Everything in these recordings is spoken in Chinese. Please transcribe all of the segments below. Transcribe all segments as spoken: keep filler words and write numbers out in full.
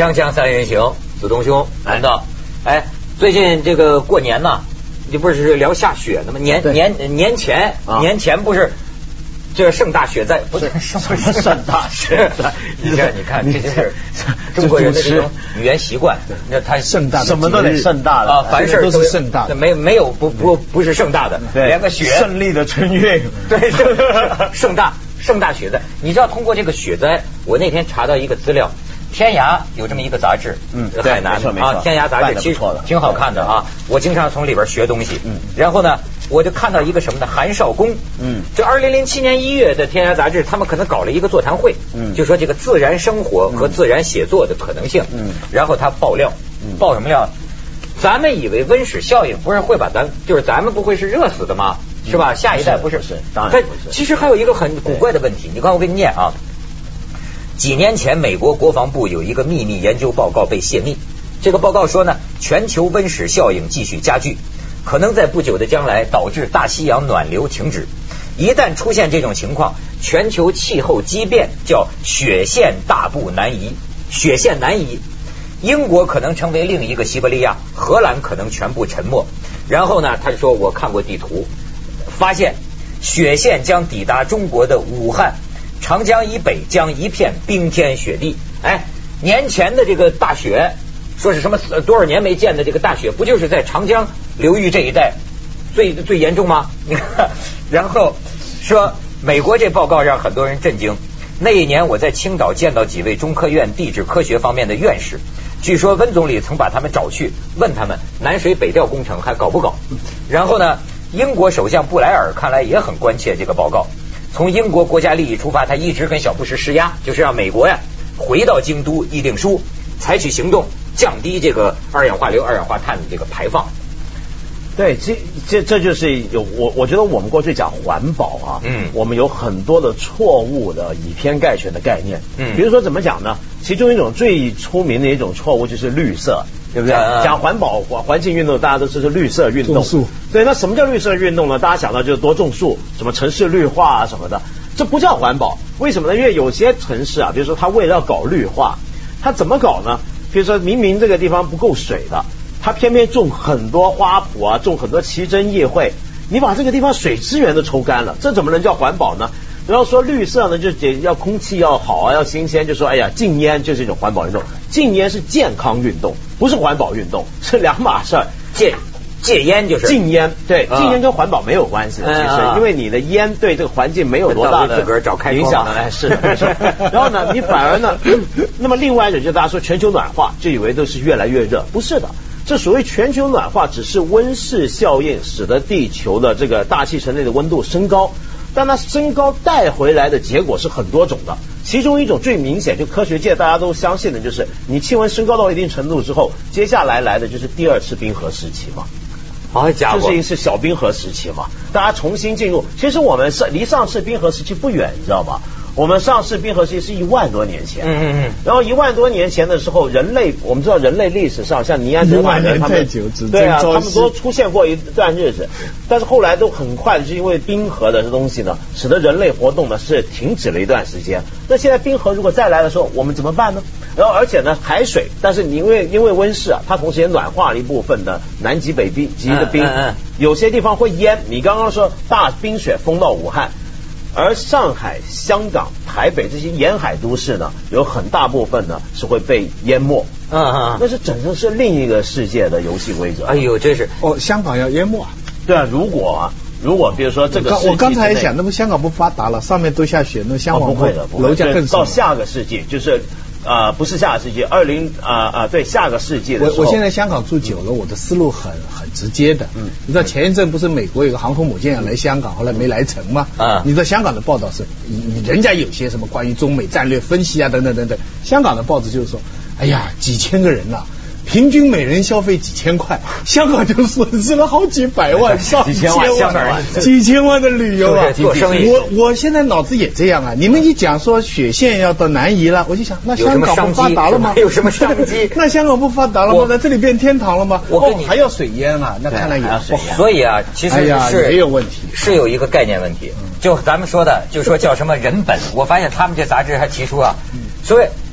锵锵三人行，子东兄难道？哎，最近这个过年呢，你不是聊下雪的吗？年年年前、啊、年前不是这个盛大雪灾，不是什么盛大雪灾？ 你看，你看，这就是中国人的这种语言习惯。那他盛大什么都得盛大的啊，凡事都是盛大的， 没没有不不不是盛大的，连个雪胜利的春运， 对，盛大盛大雪灾。你知道通过这个雪灾，我那天查到一个资料。天涯有这么一个杂志， 嗯， 海南的啊，天涯杂志其实挺好看的啊，我经常从里边学东西，嗯，然后呢，我就看到一个什么呢？韩少功，嗯，就二零零七年一月的天涯杂志，他们可能搞了一个座谈会，嗯，就说这个自然生活和自然写作的可能性，嗯，然后他爆料，爆什么料？咱们以为温室效应不是会把咱，就是咱们不会是热死的吗？是吧？下一代不是， 是，当然不是。 其实还有一个很古怪的问题，你看我给你念啊。几年前，美国国防部有一个秘密研究报告被泄密。这个报告说呢，全球温室效应继续加剧，可能在不久的将来导致大西洋暖流停止。一旦出现这种情况，全球气候激变叫雪线大步南移，雪线南移。英国可能成为另一个西伯利亚，荷兰可能全部沉没。然后呢，他说我看过地图，发现雪线将抵达中国的武汉。长江以北将一片冰天雪地。哎，年前的这个大雪，说是什么多少年没见的这个大雪，不就是在长江流域这一带最最严重吗？你看，然后说美国这报告让很多人震惊。那一年我在青岛见到几位中科院地质科学方面的院士，据说温总理曾把他们找去，问他们南水北调工程还搞不搞。然后呢，英国首相布莱尔看来也很关切这个报告。从英国国家利益出发，他一直跟小布什施压，就是让美国呀回到京都议定书，采取行动，降低这个二氧化硫、二氧化碳的这个排放。 对，这这这就是有我我觉得我们过去讲环保啊，嗯，我们有很多的错误的以偏概全的概念，嗯，比如说怎么讲呢？其中一种最出名的一种错误就是绿色。对不对？嗯、讲环保、环境运动，大家都知道是绿色运动。 种树。 对，那什么叫绿色运动呢？大家想到就是多种树，什么城市绿化啊什么的，这不叫环保。为什么呢？因为有些城市啊，比如说它为了要搞绿化，它怎么搞呢？比如说明明这个地方不够水的，它偏偏种很多花圃啊，种很多奇珍异卉，你把这个地方水资源都抽干了，这怎么能叫环保呢？然后说绿色呢，就得要空气要好啊，要新鲜，就说哎呀，禁烟就是一种环保运动。禁烟是健康运动，不是环保运动，是两码事儿。 戒戒烟就是禁烟，对，禁烟跟环保没有关系的，其实，因为你的烟对这个环境没有多大的影响。哎，是的，没错。然后呢，你反而呢，那么另外一种就大家说全球暖化，就以为都是越来越热，不是的。这所谓全球暖化，只是温室效应使得地球的这个大气层内的温度升高。但它升高带回来的结果是很多种的，其中一种最明显，就科学界大家都相信的，就是你气温升高到一定程度之后，接下来来的就是第二次冰河时期嘛。 好家伙， 这是一次小冰河时期嘛，大家重新进入。其实我们是离上次冰河时期不远，你知道吗？我们上次冰河时期是一万多年前，嗯嗯嗯，然后一万多年前的时候，人类我们知道人类历史上像尼安德塔人他们，对啊，他们都出现过一段日子，但是后来都很快的是因为冰河的东西呢，使得人类活动呢是停止了一段时间。那现在冰河如果再来的时候，我们怎么办呢？然后而且呢，海水，但是你因为因为温室啊，它同时也暖化了一部分的南极、北极的冰，嗯嗯、有些地方会淹。你刚刚说大冰雪封到武汉。而上海、香港、台北这些沿海都市呢，有很大部分呢是会被淹没。嗯嗯，那是整个是另一个世界的游戏规则。 哎呦，这是哦，香港要淹没啊？ 对啊，如果啊，如果比如说这个世纪， 我刚才也想，那么香港不发达了，上面都下雪，那香港、 哦、不会的，不会楼价更到下个世纪就是。呃，不是下个世纪，二零啊啊，对，下个世纪的时候。 我我现在香港住久了，我的思路很很直接的。嗯，你知道前一阵不是美国有个航空母舰要来香港，后来没来成吗？啊，你知道香港的报道是，你人家有些什么关于中美战略分析啊，等等等等，香港的报纸就是说，哎呀，几千个人呐、啊。平均每人消费几千块，香港就损失了好几百万、上几千万、 香港人几千万的旅游啊！ 做生意， 我我现在脑子也这样啊。你们一讲说雪线要到南移了，我就想，那香港不发达了吗？ 有什么商机？ 那香港不发达了吗？那这里变天堂了吗？ 我跟你、 哦、还要水淹啊，那看来也不好。 所以啊，其实是、 哎、也有问题， 是有一个概念问题。就咱们说的，就说叫什么人本，我发现他们这杂志还提出啊，所谓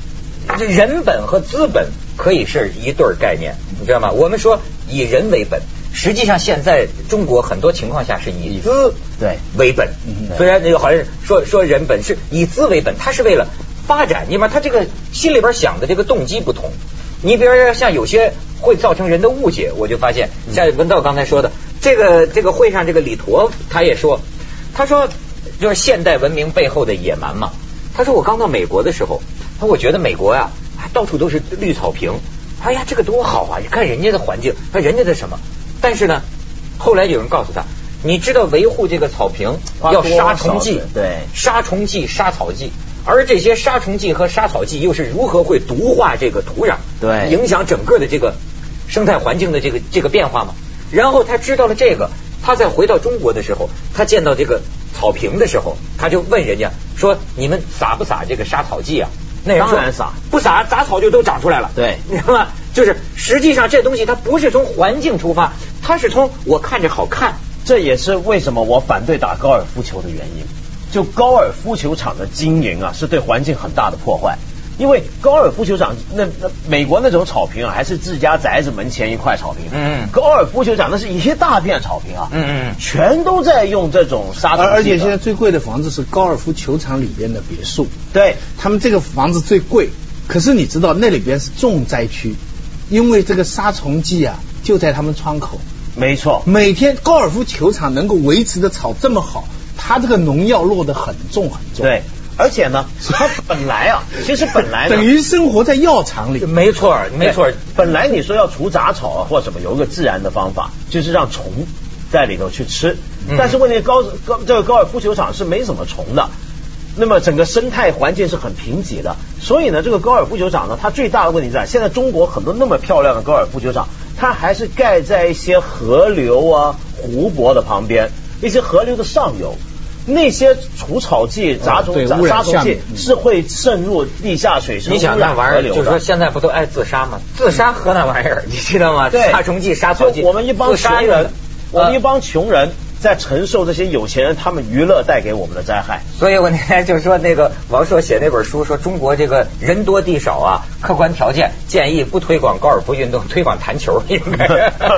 这人本和资本可以是一对概念，你知道吗？我们说以人为本，实际上现在中国很多情况下是以资对为本，虽然那个好像说说人本是以资为本，他是为了发展，你嘛他这个心里边想的这个动机不同。你比如说像有些会造成人的误解，我就发现像文道刚才说的，这个这个会上这个李陀他也说，他说就是现代文明背后的野蛮嘛。他说我刚到美国的时候，他说我觉得美国呀、啊、到处都是绿草坪，哎呀这个多好啊！你看人家的环境，看人家的什么，但是呢，后来有人告诉他，你知道维护这个草坪要杀虫剂， 对， 杀虫剂、杀草剂。而这些杀虫剂和杀草剂又是如何会毒化这个土壤， 对， 影响整个的这个生态环境的这个这个变化嘛？然后他知道了这个，他再回到中国的时候，他见到这个草坪的时候，他就问人家说：“你们撒不撒这个杀草剂啊？”那人说：“ 当然撒， 不撒杂草就都长出来了。” 对， 你知道吗？就是实际上这东西它不是从环境出发，它是从我看着好看。 这也是为什么我反对打高尔夫球的原因。就高尔夫球场的经营啊，是对环境很大的破坏。因为高尔夫球场那那美国那种草坪啊，还是自家宅子门前一块草坪。嗯，高尔夫球场那是一大片草坪啊。嗯嗯，全都在用这种杀虫剂。 而且现在最贵的房子是高尔夫球场里边的别墅。 对， 他们这个房子最贵，可是你知道那里边是重灾区，因为这个杀虫剂啊就在他们窗口。 没错， 每天高尔夫球场能够维持的草这么好。它这个农药落得很重很重， 对，而且呢，它本来啊，其实本来等于生活在药厂里， 没错没错。 本来你说要除杂草啊或什么，有一个自然的方法，就是让虫在里头去吃。嗯、但是问题高高这个高尔夫球场是没什么虫的，那么整个生态环境是很贫瘠的，所以呢，这个高尔夫球场呢，它最大的问题在现在中国很多那么漂亮的高尔夫球场，它还是盖在一些河流啊、湖泊的旁边，一些河流的上游。那些除草剂、杂种、 哦、 杀虫剂是会渗入地下水， 你想那玩意儿，就是说现在不都爱自杀吗？自杀喝那玩意儿，你知道吗？ 对， 杀虫剂、杀草剂， 我们一帮穷人，我们一帮穷人在承受这些有钱人他们娱乐带给我们的灾害。 所以我那天就说，那个王朔写那本书说，中国这个人多地少啊，客观条件建议不推广高尔夫运动，推广弹球应该。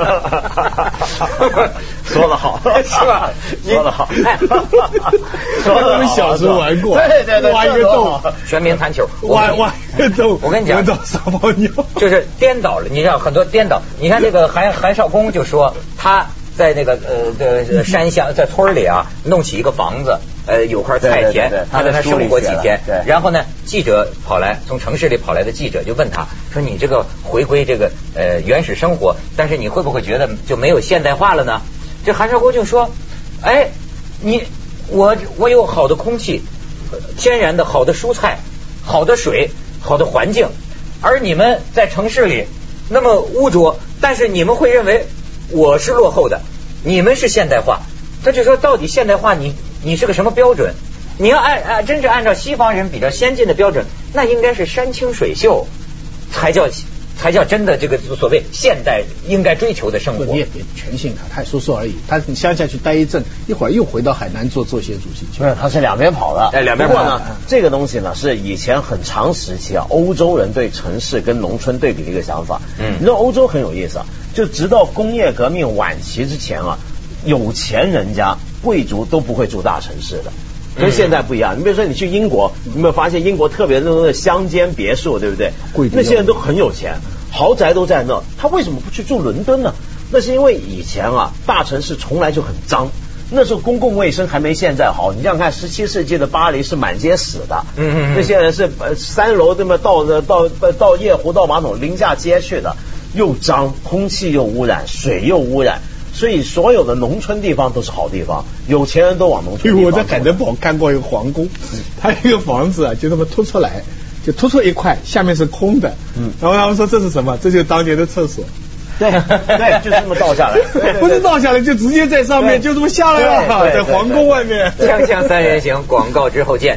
说得好， 是吧？ 说得好， 说我们小时候玩过， 对对对， 挖一个洞， 全民弹球， 挖挖一个洞。 我跟你讲， 撒泡尿， 就是颠倒了。你知道很多颠倒。你看这个韩韩少功就说他在那个呃的山乡在村里啊弄起一个房子，呃有块菜田，他在那生活几天。然后呢，记者跑来，从城市里跑来的记者就问他说：“你这个回归这个呃原始生活，但是你会不会觉得就没有现代化了呢？”这韩少功就说：“哎，你我我有好的空气，天然的好的蔬菜，好的水，好的环境，而你们在城市里那么污浊，但是你们会认为我是落后的，你们是现代化。”他就说，到底现代化你你是个什么标准？你要按按真正按照西方人比较先进的标准，那应该是山清水秀才叫才叫真的这个所谓现代应该追求的生活。 你也别全信他，他说说而已。他乡下去待一阵，一会儿又回到海南做作协主席去。 没有，他是两边跑的。 哎，两边跑。 不过呢，这个东西呢是以前很长时期啊，欧洲人对城市跟农村对比的一个想法。嗯，你知道欧洲很有意思啊，就直到工业革命晚期之前啊，有钱人家贵族都不会住大城市的。跟现在不一样，你比如说你去英国，你有没有发现英国特别那种乡间别墅，对不对？那些人都很有钱，豪宅都在那，他为什么不去住伦敦呢？那是因为以前啊，大城市从来就很脏，那时候公共卫生还没现在好。你想想看，十七世纪的巴黎是满街屎的，嗯嗯，那些人是呃三楼这么倒倒倒夜壶倒马桶淋下街去的，又脏，空气又污染，水又污染。所以所有的农村地方都是好地方，有钱人都往农村地方。 我在海德堡看过一个皇宫，他一个房子啊，就这么凸出来，就突出一块，下面是空的。嗯，然后他们说这是什么？这就是当年的厕所。 对对，就这么倒下来， 不是倒下来，就直接在上面就这么下来了，在皇宫外面。 锵锵三人行，广告之后见。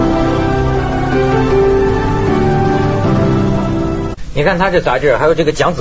你看他这杂志，还有这个蒋子丹，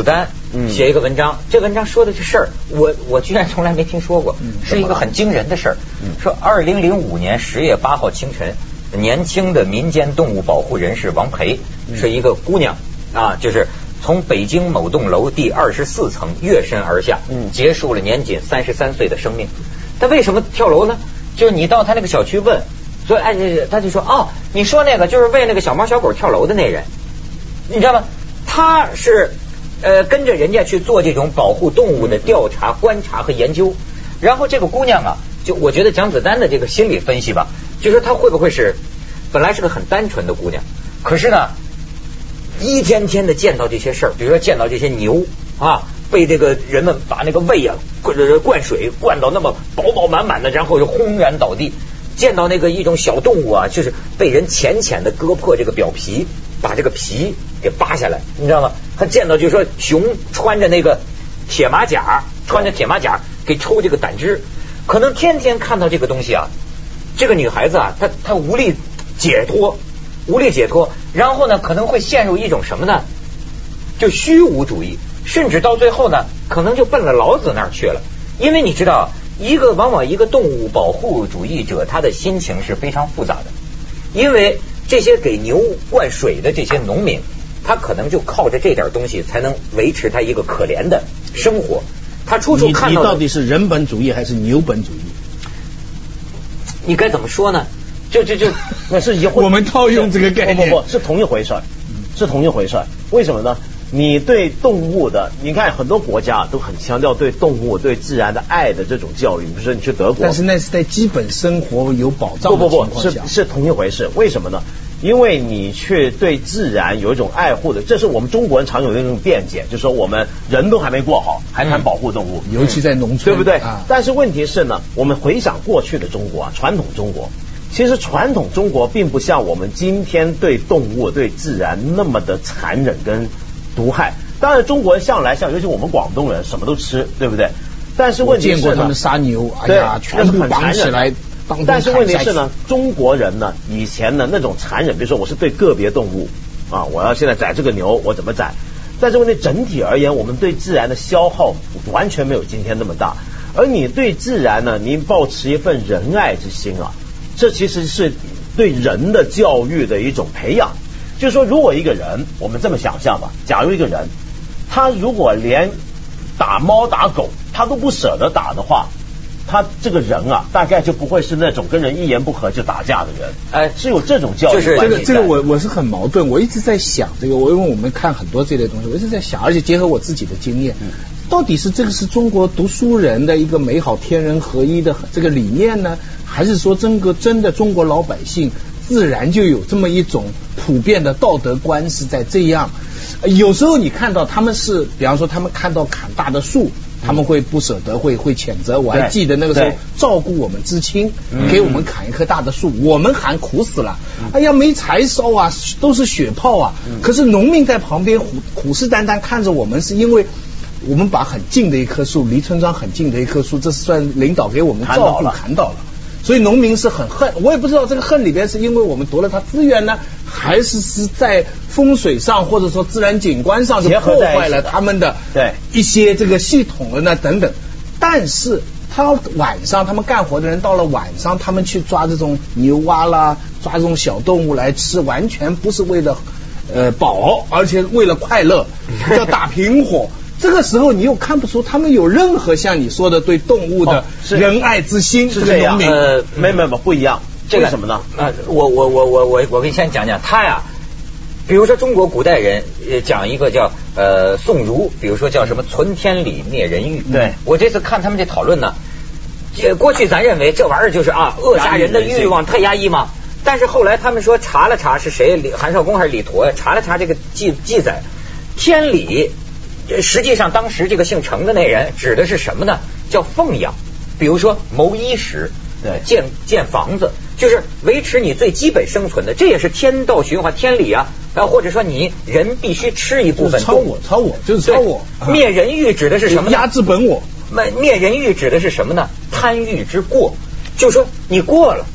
写一个文章，这文章说的这事儿，我我居然从来没听说过，是一个很惊人的事儿。说二零零五年十月八号清晨，年轻的民间动物保护人士王培是一个姑娘啊，就是从北京某栋楼第二十四层跃身而下，结束了年仅三十三岁的生命。他为什么跳楼呢？就是你到他那个小区问，所以哎，他就说哦，你说那个就是为那个小猫小狗跳楼的那人，你知道吗？他是呃跟着人家去做这种保护动物的调查、观察和研究。然后这个姑娘啊，就我觉得蒋子丹的这个心理分析吧，就说她会不会是本来是个很单纯的姑娘，可是呢，一天天的见到这些事儿，比如说见到这些牛啊，被这个人们把那个胃啊灌灌水灌到那么饱饱满满的，然后就轰然倒地。见到那个一种小动物啊，就是被人浅浅的割破这个表皮，把这个皮给扒下来，你知道吗？他见到就是说熊穿着那个铁马甲，穿着铁马甲给抽这个胆汁，可能天天看到这个东西啊，这个女孩子啊，她她无力解脱，无力解脱，然后呢可能会陷入一种什么呢？就虚无主义，甚至到最后呢，可能就奔了老子那儿去了。因为你知道，一个往往一个动物保护主义者，他的心情是非常复杂的，因为这些给牛灌水的这些农民，他可能就靠着这点东西才能维持他一个可怜的生活。他处处看到的， 你到底是人本主义还是牛本主义？ 你该怎么说呢？就就就那是一回我们套用这个概念， 不不不是同一回事儿，是同一回事儿。为什么呢？你对动物的，你看很多国家都很强调对动物、对自然的爱的这种教育。比如说你去德国， 但是那是在基本生活有保障的情况下， 不不不是是同一回事。为什么呢？因为你却对自然有一种爱护的，这是我们中国人常有的一种辩解，就是说我们人都还没过好，还谈保护动物， 嗯、尤其在农村， 对不对？ 啊、 但是问题是呢，我们回想过去的中国啊，传统中国。其实传统中国并不像我们今天对动物、对自然那么的残忍跟毒害。当然，中国人向来像，尤其我们广东人什么都吃，对不对？但是问题是呢， 我见过他们杀牛，哎呀，全部绑起来。 但是问题是呢，中国人呢，以前呢那种残忍，比如说我是对个别动物啊，我要现在宰这个牛，我怎么宰？但是问题整体而言，我们对自然的消耗完全没有今天那么大。而你对自然呢，你抱持一份仁爱之心啊，这其实是对人的教育的一种培养。就是说，如果一个人，我们这么想象吧，假如一个人，他如果连打猫打狗他都不舍得打的话，他这个人啊，大概就不会是那种跟人一言不合就打架的人。哎，是有这种教育。 就是这个这个我我是很矛盾，我一直在想这个，我因为我们看很多这类东西，我一直在想，而且结合我自己的经验，嗯、到底是这个是中国读书人的一个美好天人合一的这个理念呢，还是说真个真的中国老百姓自然就有这么一种普遍的道德观是在这样？有时候你看到他们是，比方说他们看到砍大的树，他们会不舍得，会会谴责。我还记得那个时候照顾我们知青，给我们砍一棵大的树，我们喊苦死了，哎呀没柴烧啊，都是血泡啊。可是农民在旁边虎虎视眈眈看着我们，是因为我们把很近的一棵树，离村庄很近的一棵树，这是算领导给我们照顾砍倒了。所以农民是很恨，我也不知道这个恨里边是因为我们夺了他资源呢，还是是在风水上或者说自然景观上就破坏了他们的对一些这个系统了呢等等。但是他晚上他们干活的人到了晚上，他们去抓这种牛蛙啦，抓这种小动物来吃，完全不是为了呃饱，而且为了快乐，叫打平伙。这个时候你又看不出他们有任何像你说的对动物的仁爱之心。 是这样，呃，没没没不一样。这个什么呢？ 呃，我我我我我我给你先讲讲他呀。比如说中国古代人讲一个叫呃宋儒，比如说叫什么存天理灭人欲。 对， 我这次看他们这讨论呢，过去咱认为这玩意儿就是啊扼杀人的欲望太压抑嘛。但是后来他们说查了查是谁，韩少功还是李陀呀？查了查这个记记载，天理。实际上当时这个姓程的那人指的是什么呢？叫奉养。比如说谋衣食，对，建建房子，就是维持你最基本生存的，这也是天道循环天理啊。然后或者说你人必须吃一部分， 超我超我就是超我。 灭人欲指的是什么呢？ 压制本我。 灭灭人欲指的是什么呢？贪欲之过，就是说你过了，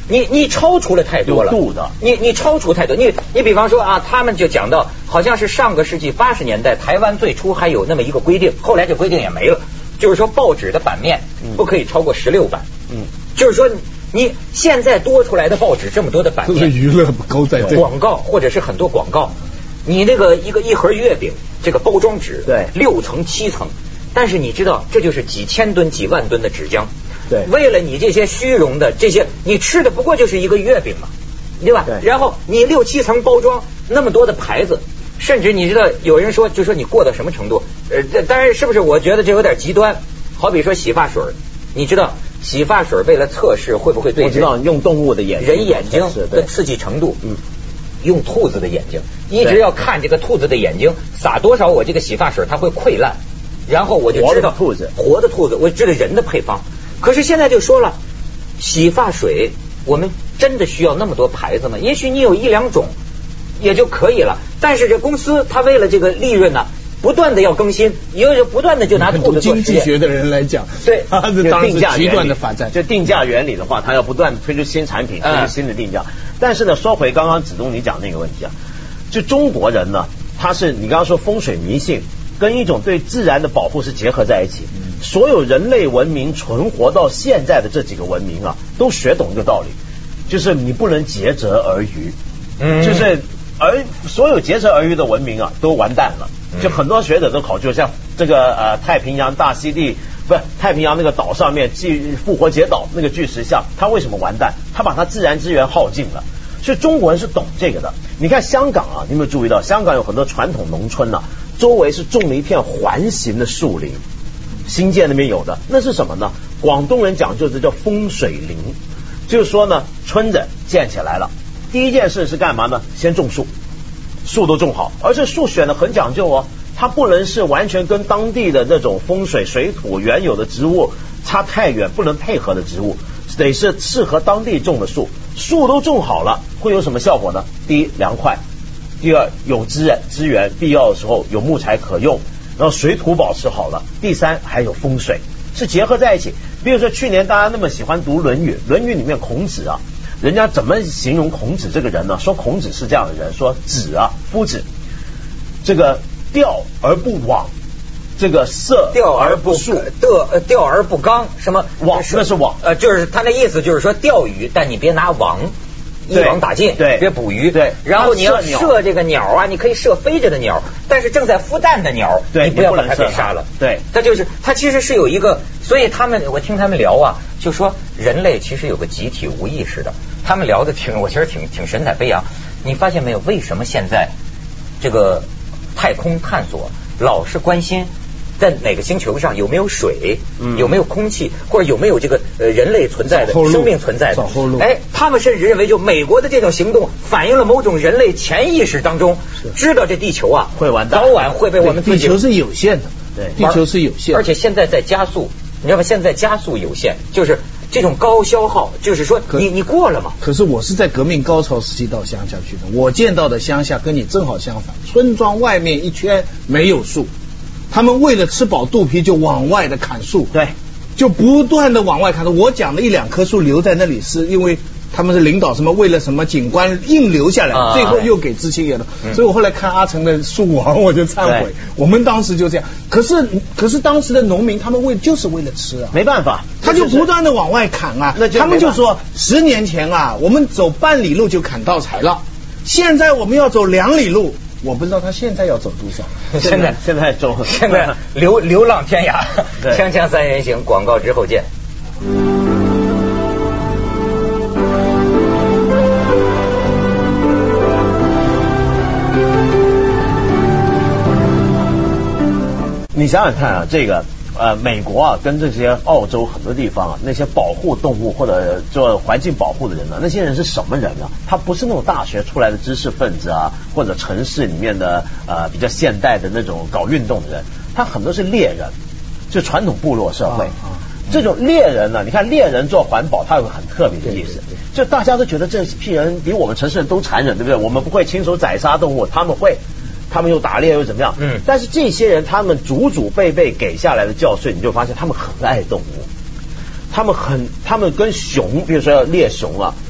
你你超出了太多了， 有度的， 你你超出太多。你你比方说啊，他们就讲到，好像是上个世纪八十年代，台湾最初还有那么一个规定，后来这规定也没了，就是说报纸的版面不可以超过十六版。嗯，就是说你现在多出来的报纸这么多的版面， 这是娱乐勾在这广告或者是很多广告，你那个一个一盒月饼这个包装纸， 对， 六层七层，但是你知道这就是几千吨几万吨的纸浆。 对， 为了你这些虚荣的这些，你吃的不过就是一个月饼嘛，对吧？ 对。 然后你六七层包装，那么多的牌子，甚至你知道有人说，就说你过到什么程度？呃，这当然是不是？我觉得这有点极端。好比说洗发水，你知道洗发水为了测试会不会对我知道用动物的眼睛人眼睛的刺激程度，嗯，用兔子的眼睛，一直要看这个兔子的眼睛撒多少，我这个洗发水它会溃烂，然后我就知道兔子活的兔子，我知道人的配方。可是现在就说了，洗发水我们真的需要那么多牌子吗？也许你有一两种也就可以了，但是这公司它为了这个利润呢、啊，不断的要更新，也有不断的就拿兔子做实验。 经济学的人来讲， 对， 它是当然是极端的发展。 就定价原理的话，它要不断的推出新产品，推出新的定价。嗯、但是呢，说回刚刚子东你讲那个问题啊，就中国人呢，他是你刚刚说风水迷信跟一种对自然的保护是结合在一起。所有人类文明存活到现在的这几个文明啊，都学懂一个道理，就是你不能竭泽而渔，嗯，就是而所有竭泽而渔的文明啊，都完蛋了。就很多学者都考究，像这个呃太平洋大溪地不是太平洋那个岛上面巨复活节岛那个巨石像，它为什么完蛋？它把它自然资源耗尽了。所以中国人是懂这个的。你看香港啊，你有没有注意到香港有很多传统农村啊，周围是种了一片环形的树林。新界那边有的，那是什么呢？广东人讲究的叫风水林，就是说呢，村子建起来了，第一件事是干嘛呢？先种树，树都种好，而且树选的很讲究哦，它不能是完全跟当地的那种风水、水土原有的植物差太远，不能配合的植物，得是适合当地种的树。树都种好了，会有什么效果呢？第一，凉快；第二，有资源，资源必要的时候有木材可用。然后水土保持好了，第三还有风水，是结合在一起。比如说去年大家那么喜欢读《论语》，《论语》里面孔子啊，人家怎么形容孔子这个人呢？说孔子是这样的人，说子啊，夫子，这个钓而不网，这个射钓而不树，的钓而不刚，什么网那是网， 呃，就是他那意思就是说钓鱼，但你别拿网。一网打尽， 对， 别捕鱼， 对， 然后你要射这个鸟啊，你可以射飞着的鸟，但是正在孵蛋的鸟， 对， 你不要把它给杀了， 对， 它就是它其实是有一个，所以他们我听他们聊啊，就说人类其实有个集体无意识的，他们聊的挺，我其实挺挺神采飞扬。你发现没有？为什么现在这个太空探索老是关心？在哪个星球上有没有水、嗯、有没有空气，或者有没有这个呃人类存在的生命存在的？哎，他们甚至认为，就美国的这种行动反映了某种人类潜意识当中知道这地球啊会完蛋， 早晚会被我们自己。 地球是有限的， 对， 地球是有限的， 而且现在在加速，你知道吗？现在加速有限，就是这种高消耗，就是说你你过了嘛。 可是我是在革命高潮时期到乡下去的，我见到的乡下跟你正好相反，村庄外面一圈没有树。他们为了吃饱肚皮就往外的砍树， 对， 就不断的往外砍。我讲的一两棵树留在那里，是因为他们是领导什么，为了什么景观硬留下来，啊、最后又给知青也了。嗯、所以我后来看阿成的《树王》，我就忏悔。我们当时就这样，可是可是当时的农民他们为就是为了吃啊， 没办法， 他就不断的往外砍啊。那就他们就说，十年前啊，我们走半里路就砍稻柴了，现在我们要走两里路。我不知道他现在要走多少。 现在现在走， 现在流流浪天涯，锵锵三人行，广告之后见。 你想想看啊，这个呃，美国啊，跟这些澳洲很多地方啊，那些保护动物或者做环境保护的人呢、啊，那些人是什么人呢、啊？他不是那种大学出来的知识分子啊，或者城市里面的呃比较现代的那种搞运动的人，他很多是猎人，就传统部落社会。啊啊这种猎人呢，你看猎人做环保，他有个很特别的意思，就大家都觉得这批人比我们城市人都残忍，对不对？我们不会亲手宰杀动物，他们会。他们又打猎又怎么样？嗯，但是这些人他们祖祖辈辈给下来的教训，你就发现他们很爱动物，他们很他们跟熊，比如说要猎熊啊，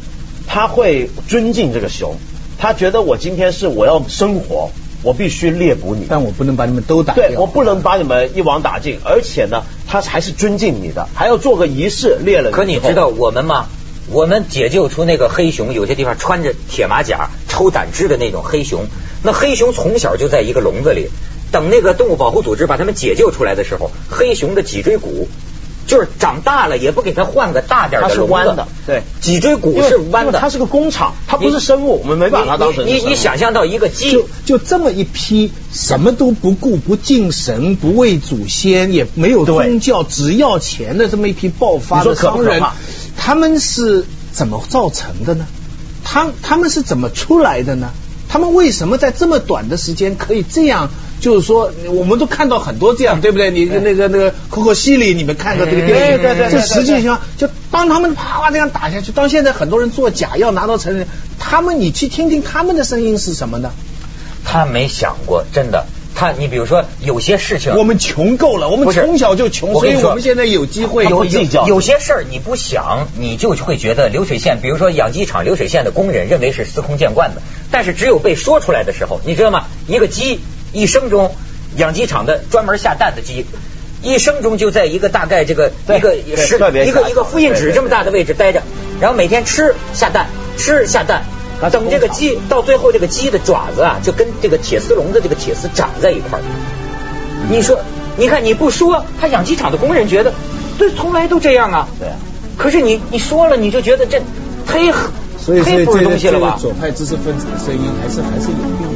他会尊敬这个熊，他觉得我今天是我要生活，我必须猎捕你， 但我不能把你们都打掉， 对，我不能把你们一网打尽，而且呢，他还是尊敬你的，还要做个仪式猎了你。 可你知道我们吗？我们解救出那个黑熊，有些地方穿着铁马甲、抽胆汁的那种黑熊，那黑熊从小就在一个笼子里，等那个动物保护组织把它们解救出来的时候，黑熊的脊椎骨就是长大了也不给它换个大点的笼子， 它是弯的，对， 脊椎骨是弯的， 它是个工厂，它不是生物，我们没把它当成你你你想象到一个鸡， 就就这么一批什么都不顾、不敬神、不为祖先，也没有宗教，只要钱的这么一批爆发的商人，他们是怎么造成的呢？他他们是怎么出来的呢？他们为什么在这么短的时间可以这样？就是说，我们都看到很多这样，对不对？你那个那个可可西里，你们看过这个电影？ 对对对。 这实际上，就当他们啪啪这样打下去，到现在很多人做假药拿到成人，他们你去听听他们的声音是什么呢？ 他没想过，真的。他，你比如说有些事情， 我们穷够了，我们从小就穷，所以我们现在有机会有有有些事儿你不想，你就会觉得流水线，比如说养鸡场流水线的工人认为是司空见惯的，但是只有被说出来的时候，你知道吗？一个鸡一生中，养鸡场的专门下蛋的鸡，一生中就在一个大概这个一个是一个一个复印纸这么大的位置待着，然后每天吃下蛋，吃下蛋。等这个鸡到最后，这个鸡的爪子啊，就跟这个铁丝笼的这个铁丝长在一块儿。你说，你看你不说，他养鸡场的工人觉得，这从来都这样啊。 对啊。 可是你你说了，你就觉得这忒所以忒不是东西了吧？ 左派知识分子的声音还是还是有用。